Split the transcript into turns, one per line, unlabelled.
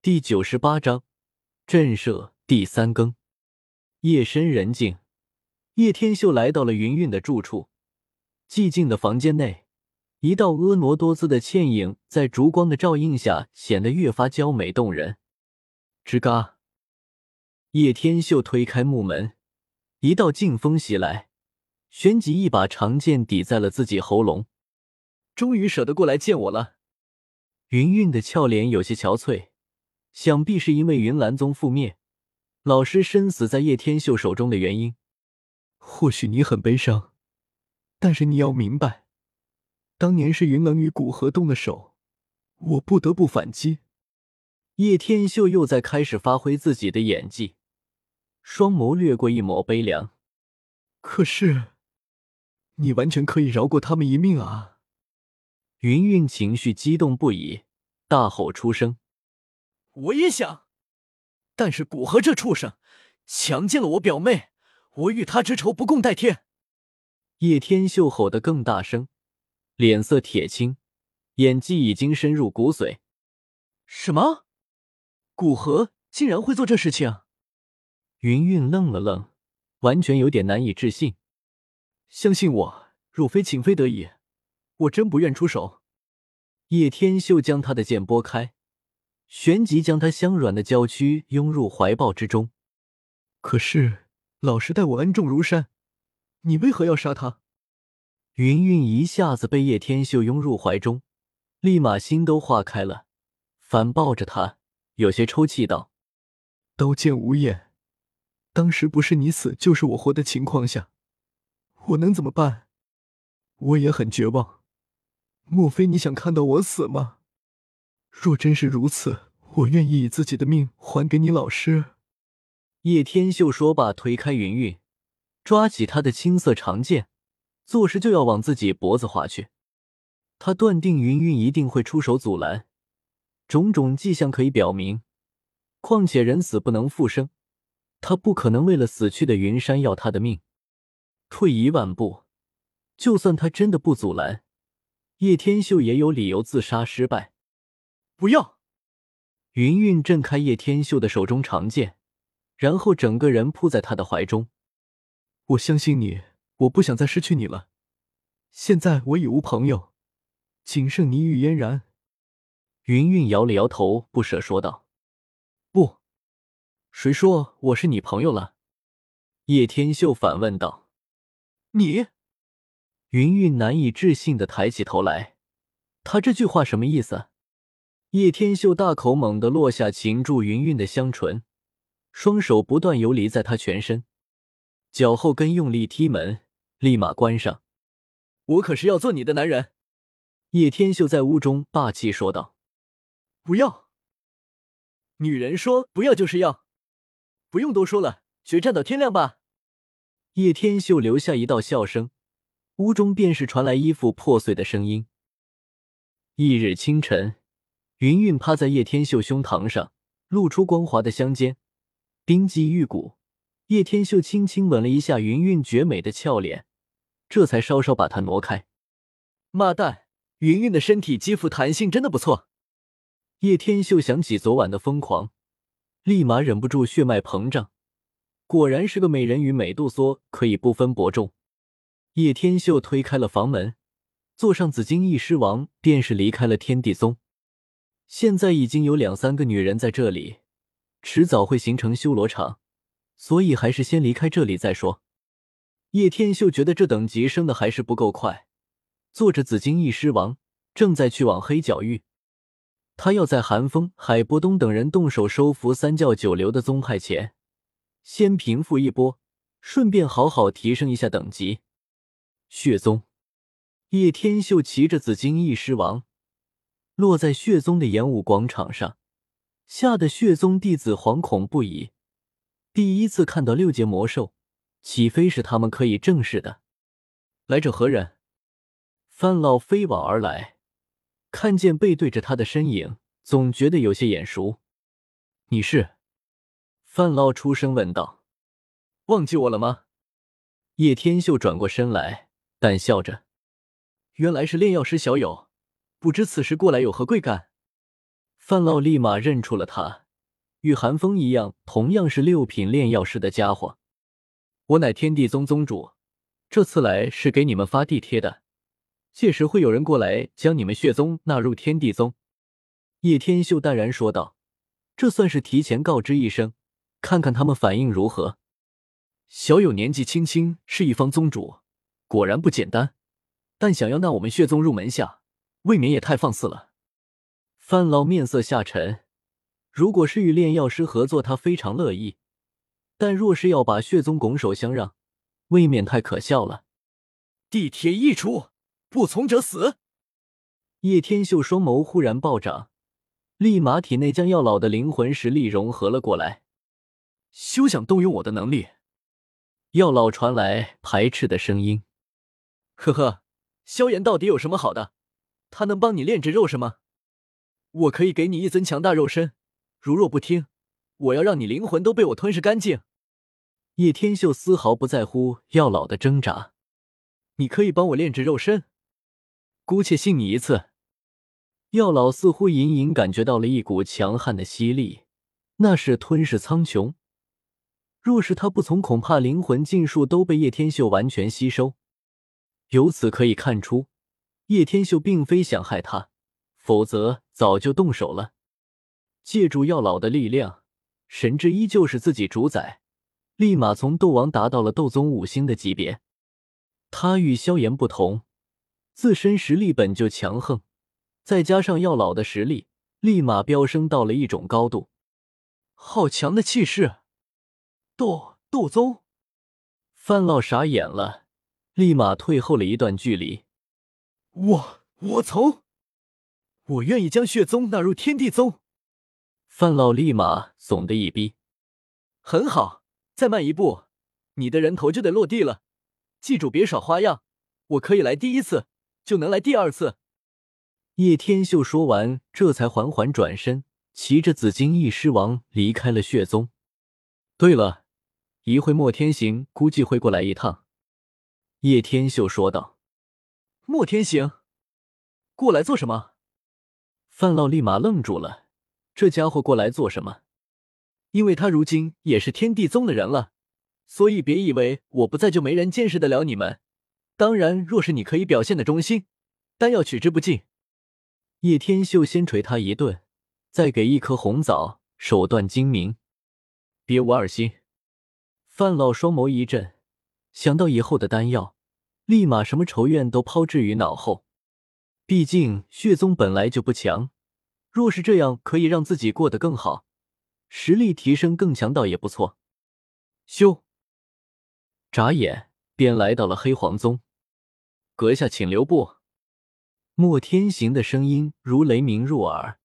第98章震慑第3更。夜深人静，叶天秀来到了云韵的住处。寂静的房间内，一道婀娜多姿的倩影在烛光的照映下显得越发娇美动人。吱嘎，叶天秀推开木门，一道劲风袭来，旋即一把长剑抵在了自己喉咙。终于舍得过来见我了。云韵的俏脸有些憔悴，想必是因为云岚宗覆灭，老师身死在叶天秀手中的原因。
或许你很悲伤，但是你要明白，当年是云冷与古河动的手，我不得不反击。
叶天秀又在开始发挥自己的演技，双眸掠过一抹悲凉。
可是，你完全可以饶过他们一命啊！
云韵情绪激动不已，大吼出声。
我也想，但是古河这畜生强奸了我表妹，我与他之仇不共戴天。
叶天秀吼得更大声，脸色铁青，演技已经深入骨髓。
什么？古河竟然会做这事情？
云韵愣了愣，完全有点难以置信。
相信我，若非情非得已，我真不愿出手。
叶天秀将他的剑拨开，旋即将他香软的娇躯拥入怀抱之中。
可是老师待我恩重如山，你为何要杀他？
云韵一下子被叶天秀拥入怀中，立马心都化开了，反抱着他，有些抽泣道：
刀剑无眼，当时不是你死就是我活的情况下，我能怎么办？我也很绝望。莫非你想看到我死吗？若真是如此，我愿意以自己的命还给你老师。
叶天秀说罢，推开云韵，抓起他的青色长剑，作势就要往自己脖子划去。他断定云韵一定会出手阻拦，种种迹象可以表明，况且人死不能复生，他不可能为了死去的云山要他的命。退一万步，就算他真的不阻拦，叶天秀也有理由自杀失败。
不要！
云韵震开叶天秀的手中长剑，然后整个人扑在他的怀中。
我相信你，我不想再失去你了。现在我已无朋友，仅剩你与嫣然。
云韵摇了摇头，不舍说道：不，谁说我是你朋友了？叶天秀反问道。
你？
云韵难以置信地抬起头来，他这句话什么意思？叶天秀大口猛地落下擒住云韵的香唇，双手不断游离在她全身，脚后跟用力踢门，立马关上。
我可是要做你的男人！
叶天秀在屋中霸气说道。
不要！女人说不要就是要，不用多说了，决战到天亮吧！
叶天秀留下一道笑声，屋中便是传来衣服破碎的声音。翌日清晨，云韵趴在叶天秀胸膛上，露出光滑的香肩，冰肌玉骨。叶天秀轻轻吻了一下云韵绝美的俏脸，这才稍稍把她挪开。
妈蛋，云韵的身体肌肤弹性真的不错。
叶天秀想起昨晚的疯狂，立马忍不住血脉膨胀，果然是个美人鱼美杜莎，可以不分伯仲。叶天秀推开了房门，坐上紫金翼狮王，便是离开了天地宗。现在已经有2-3个女人在这里，迟早会形成修罗场，所以还是先离开这里再说。叶天秀觉得这等级升的还是不够快，坐着紫金翼狮王正在去往黑角域。他要在韩风、海波东等人动手收服三教九流的宗派前，先平复一波，顺便好好提升一下等级。血宗，叶天秀骑着紫金翼狮王落在血宗的演武广场上，吓得血宗弟子惶恐不已。第一次看到6阶魔兽，岂非是他们可以正视的？来者何人？范老飞往而来，看见背对着他的身影，总觉得有些眼熟。你是？范老出声问道。
忘记我了吗？
叶天秀转过身来，淡笑着。
原来是炼药师小友，不知此时过来有何贵干？
范老立马认出了他，与韩风一样，同样是6品炼药师的家伙。我乃天地宗宗主，这次来是给你们发地帖的，届时会有人过来将你们血宗纳入天地宗。叶天秀淡然说道，这算是提前告知一声，看看他们反应如何。小友年纪轻轻是一方宗主，果然不简单，但想要纳我们血宗入门下，未免也太放肆了。范老面色下沉，如果是与炼药师合作，他非常乐意，但若是要把血宗拱手相让，未免太可笑了。
地帖一出，不从者死！
叶天秀双眸忽然暴涨，立马体内将药老的灵魂实力融合了过来。
休想动用我的能力！
药老传来排斥的声音。
呵呵，萧炎到底有什么好的？他能帮你炼制肉身吗？我可以给你一尊强大肉身，如若不听，我要让你灵魂都被我吞噬干净。
叶天秀丝毫不在乎药老的挣扎。
你可以帮我炼制肉身？
姑且信你一次。药老似乎隐隐感觉到了一股强悍的吸力，那是吞噬苍穹。若是他不从，恐怕灵魂尽数都被叶天秀完全吸收。由此可以看出，叶天秀并非想害他，否则早就动手了。借助药老的力量，神智依旧是自己主宰，立马从斗王达到了斗宗5星的级别。他与萧炎不同，自身实力本就强横，再加上药老的实力，立马飙升到了一种高度。
好强的气势！斗宗！
范老傻眼了，立马退后了一段距离。
我愿意将血宗纳入天地宗。
范老立马耸的一逼。
很好，再慢一步，你的人头就得落地了。记住别耍花样，我可以来第1次，就能来第2次。
叶天秀说完，这才缓缓转身，骑着紫金翼狮王离开了血宗。对了，一会莫天行估计会过来一趟。叶天秀说道。
莫天行过来做什么？
范老立马愣住了，这家伙过来做什么？
因为他如今也是天地宗的人了，所以别以为我不在就没人监视得了你们。当然，若是你可以表现得忠心，丹药取之不尽。
叶天秀先捶他一顿，再给一颗红枣，手段精明。别无二心。范老双眸一震，想到以后的丹药，立马什么仇怨都抛之于脑后。毕竟血宗本来就不强，若是这样可以让自己过得更好，实力提升更强倒也不错。咻！眨眼便来到了黑黄宗。阁下请留步。莫天行的声音如雷鸣入耳。